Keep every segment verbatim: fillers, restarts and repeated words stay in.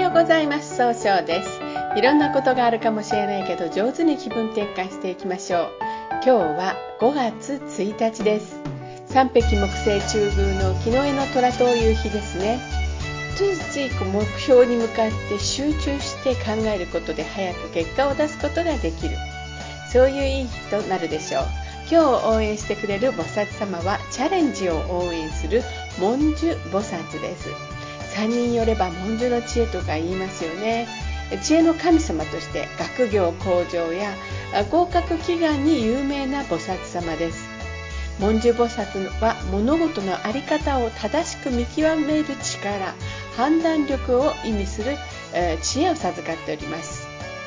ようございます。総称です。いろんなことがあるかもしれないけど、上手に気分転換していきましょう。今日はごがつついたちです。三匹木星中宮の木の絵の虎という日ですね。ついつい目標に向かって集中して考えることで早く結果を出すことができる。そういういい日となるでしょう。今日を応援してくれる菩薩様はチャレンジを応援する文殊菩薩です。三人よれば文殊の知恵とか言いますよね。知恵の神様として学業向上や合格祈願に有名な菩薩様です。文殊菩薩は物事の在り方を正しく見極める力、判断力を意味する、えー、知恵を授かっております。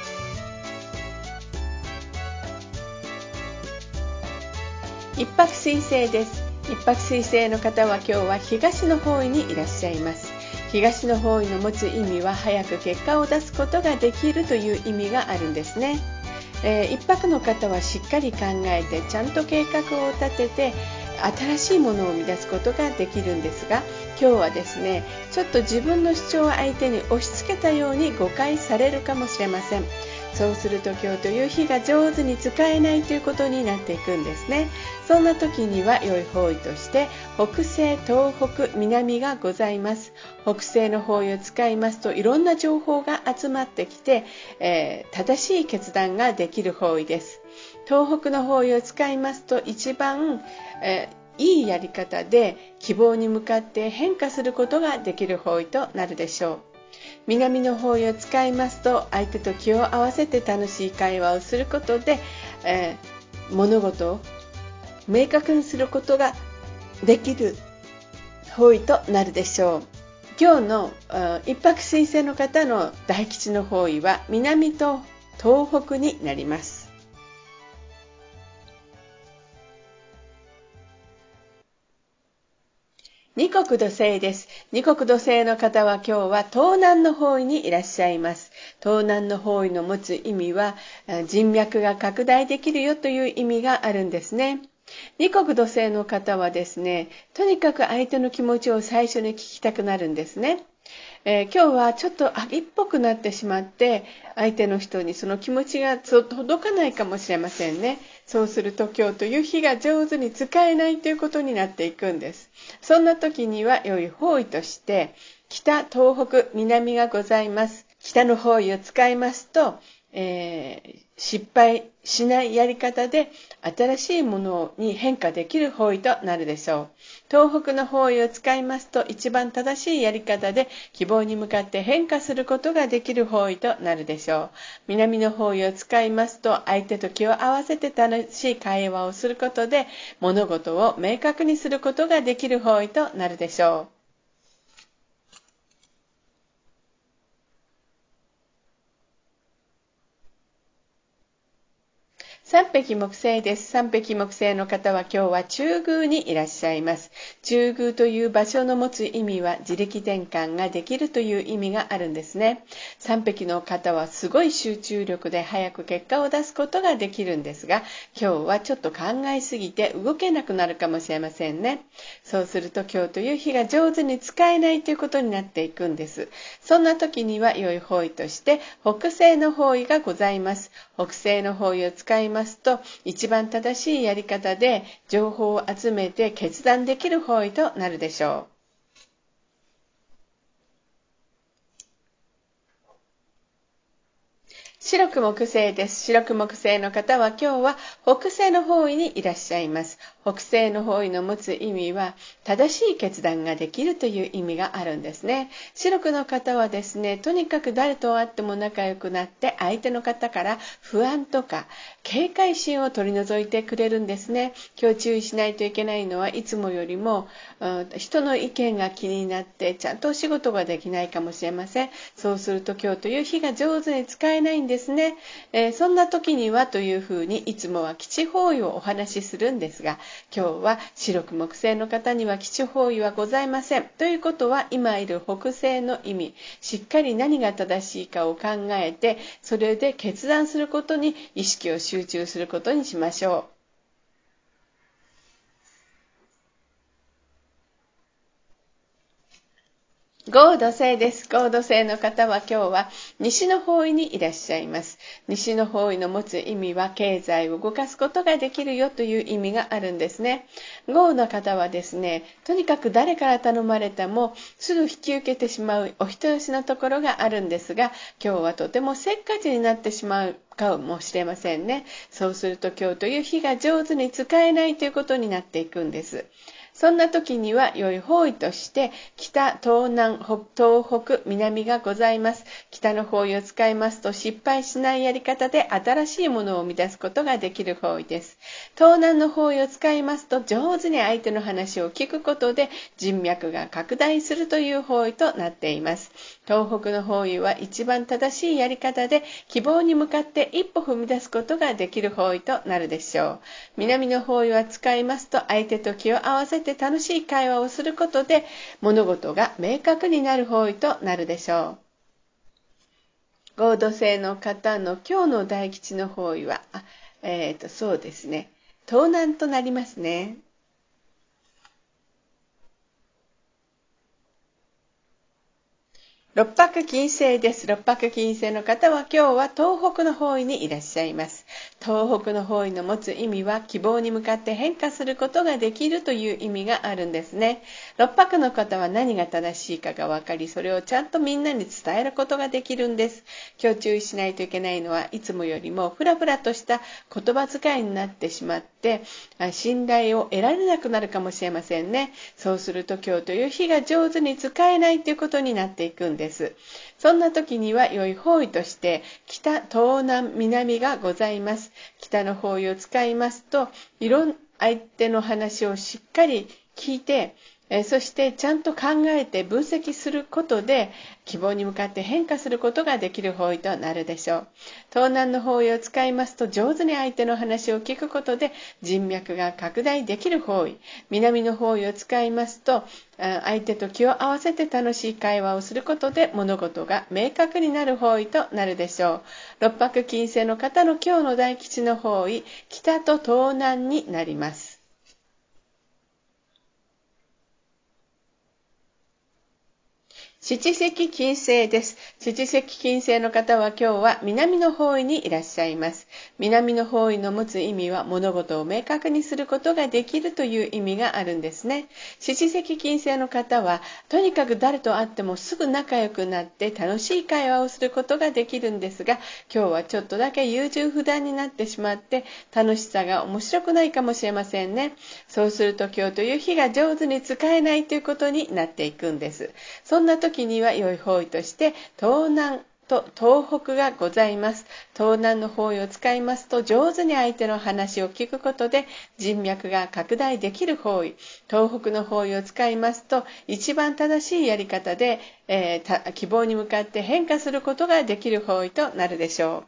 一泊水星です。一泊水星の方は今日は東の方位にいらっしゃいます。東の方位の持つ意味は早く結果を出すことができるという意味があるんですね。えー、一泊の方はしっかり考えてちゃんと計画を立てて新しいものを生み出すことができるんですが、今日はですね、ちょっと自分の主張を相手に押し付けたように誤解されるかもしれません。そうすると今日という日が上手に使えないということになっていくんですね。そんな時には良い方位として北西、東北、南がございます。北西の方位を使いますといろんな情報が集まってきて、えー、正しい決断ができる方位です。東北の方位を使いますと一番、えー、いいやり方で希望に向かって変化することができる方位となるでしょう。南の方位を使いますと相手と気を合わせて楽しい会話をすることで、えー、物事を明確にすることができる方位となるでしょう。今日の一泊水星の方の大吉の方位は南と東北になります。二国土星です。二国土星の方は今日は東南の方位にいらっしゃいます。東南の方位の持つ意味は人脈が拡大できるよという意味があるんですね。二国土星の方はですね、とにかく相手の気持ちを最初に聞きたくなるんですね。えー、今日はちょっと秋っぽくなってしまって相手の人にその気持ちが届かないかもしれませんね。そうすると今日という日が上手に使えないということになっていくんです。そんな時には良い方位として北、東北、南がございます。北の方位を使いますと、えー、失敗しないやり方で新しいものに変化できる方位となるでしょう。東北の方位を使いますと一番正しいやり方で希望に向かって変化することができる方位となるでしょう。南の方位を使いますと相手と気を合わせて楽しい会話をすることで物事を明確にすることができる方位となるでしょう。三匹木星です。三匹木星の方は今日は中宮にいらっしゃいます。中宮という場所の持つ意味は自力転換ができるという意味があるんですね。三匹の方はすごい集中力で早く結果を出すことができるんですが、今日はちょっと考えすぎて動けなくなるかもしれませんね。そうすると今日という日が上手に使えないということになっていくんです。そんな時には良い方位として北西の方位がございます。北西の方位を使いますと一番正しいやり方で情報を集めて決断できる方位となるでしょう。白く木星です。白く木星の方は今日は北西の方位にいらっしゃいます。北西の方位の持つ意味は正しい決断ができるという意味があるんですね。白くの方はですね、とにかく誰と会っても仲良くなって相手の方から不安とか警戒心を取り除いてくれるんですね。今日注意しないといけないのはいつもよりも、うん、人の意見が気になってちゃんとお仕事ができないかもしれません。そうすると今日という日が上手に使えないんですですね。えー、そんな時にはというふうにいつもは基地方位をお話しするんですが、今日は白く木星の方には基地方位はございません。ということは今いる北西の意味、しっかり何が正しいかを考えてそれで決断することに意識を集中することにしましょう。 合土星です。合土星の方は今日は西の方位にいらっしゃいます。西の方位の持つ意味は経済を動かすことができるよという意味があるんですね。合の方はですね、とにかく誰から頼まれたもすぐ引き受けてしまうお人よしなところがあるんですが、今日はとてもせっかちになってしまうかもしれませんね。そうすると今日という日が上手に使えないということになっていくんです。そんな時には良い方位として北、東南、東北、南がございます。北の方位を使いますと失敗しないやり方で新しいものを生み出すことができる方位です。東南の方位を使いますと上手に相手の話を聞くことで人脈が拡大するという方位となっています。東北の方位は一番正しいやり方で希望に向かって一歩踏み出すことができる方位となるでしょう。南の方位は使いますと相手と気を合わせて楽しい会話をすることで物事が明確になる方位となるでしょう。合土星の方の今日の大吉の方位は、あえーと、そうですね、東南となりますね。六白金星です。六白金星の方は今日は東北の方位にいらっしゃいます。東北の方位の持つ意味は希望に向かって変化することができるという意味があるんですね。六白の方は何が正しいかが分かり、それをちゃんとみんなに伝えることができるんです。今日注意しないといけないのはいつもよりもフラフラとした言葉遣いになってしまって信頼を得られなくなるかもしれませんね。そうすると今日という日が上手に使えないということになっていくんです。そんな時には良い方位として北、東南、南がございます。北の方位を使いますといろんな相手の話をしっかり聞いて、えそしてちゃんと考えて分析することで希望に向かって変化することができる方位となるでしょう。東南の方位を使いますと上手に相手の話を聞くことで人脈が拡大できる方位。南の方位を使いますと相手と気を合わせて楽しい会話をすることで物事が明確になる方位となるでしょう。六白金星の方の今日の大吉の方位、北と東南になります。七石金星です。七石金星の方は今日は南の方位にいらっしゃいます。南の方位の持つ意味は物事を明確にすることができるという意味があるんですね。七石金星の方はとにかく誰と会ってもすぐ仲良くなって楽しい会話をすることができるんですが、今日はちょっとだけ優柔不断になってしまって楽しさが面白くないかもしれませんね。そうすると今日という日が上手に使えないということになっていくんです。そんな時時には良い方位として東南と東北がございます。東南の方位を使いますと上手に相手の話を聞くことで人脈が拡大できる方位。東北の方位を使いますと一番正しいやり方で、えー、希望に向かって変化することができる方位となるでしょう。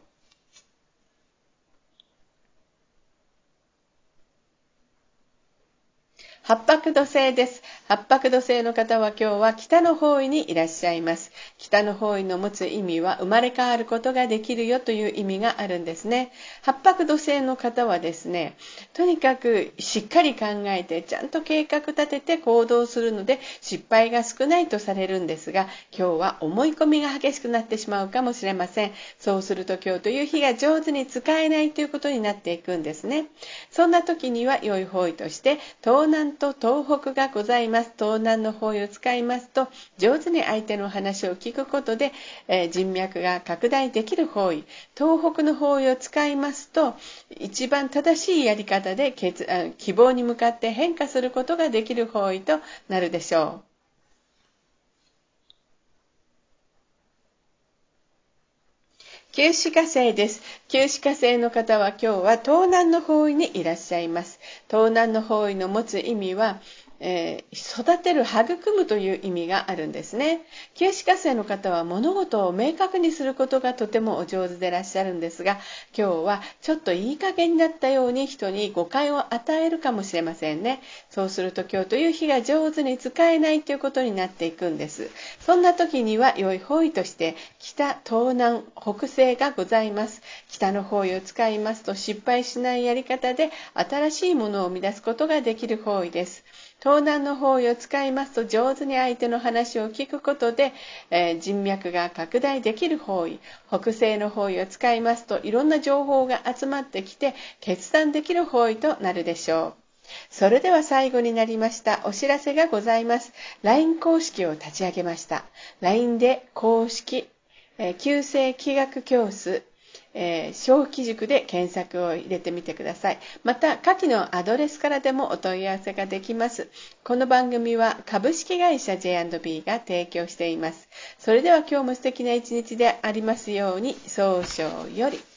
八白土星です。八白土星の方は今日は北の方位にいらっしゃいます。北の方位の持つ意味は生まれ変わることができるよという意味があるんですね。八白土星の方はですね、とにかくしっかり考えてちゃんと計画立てて行動するので失敗が少ないとされるんですが、今日は思い込みが激しくなってしまうかもしれません。そうすると今日という日が上手に使えないということになっていくんですね。そんな時には良い方位として東南と東北がございます。東南の方位を使いますと上手に相手の話を聞くことで、えー、人脈が拡大できる方位。東北の方位を使いますと一番正しいやり方で希望に向かって変化することができる方位となるでしょう。九死火星です。九死火星の方は今日は東南の方位にいらっしゃいます。東南の方位の持つ意味は、えー、育てる、育むという意味があるんですね。九死火星の方は物事を明確にすることがとてもお上手でいらっしゃるんですが、今日はちょっといい加減になったように人に誤解を与えるかもしれませんね。そうすると今日という日が上手に使えないということになっていくんです。そんな時には良い方位として北、東南、北西がございます。北の方位を使いますと失敗しないやり方で新しいものを生み出すことができる方位です。 東南の方位を使いますと上手に相手の話を聞くことで、えー、人脈が拡大できる方位。北西の方位を使いますといろんな情報が集まってきて決断できる方位となるでしょう。それでは最後になりました。お知らせがございます。ライン 公式を立ち上げました。ライン で公式、えー、旧世気学教室、えー、小規塾で検索を入れてみてください。また下記のアドレスからでもお問い合わせができます。この番組は株式会社 ジェイアンドビー が提供しています。それでは今日も素敵な一日でありますように。早々より。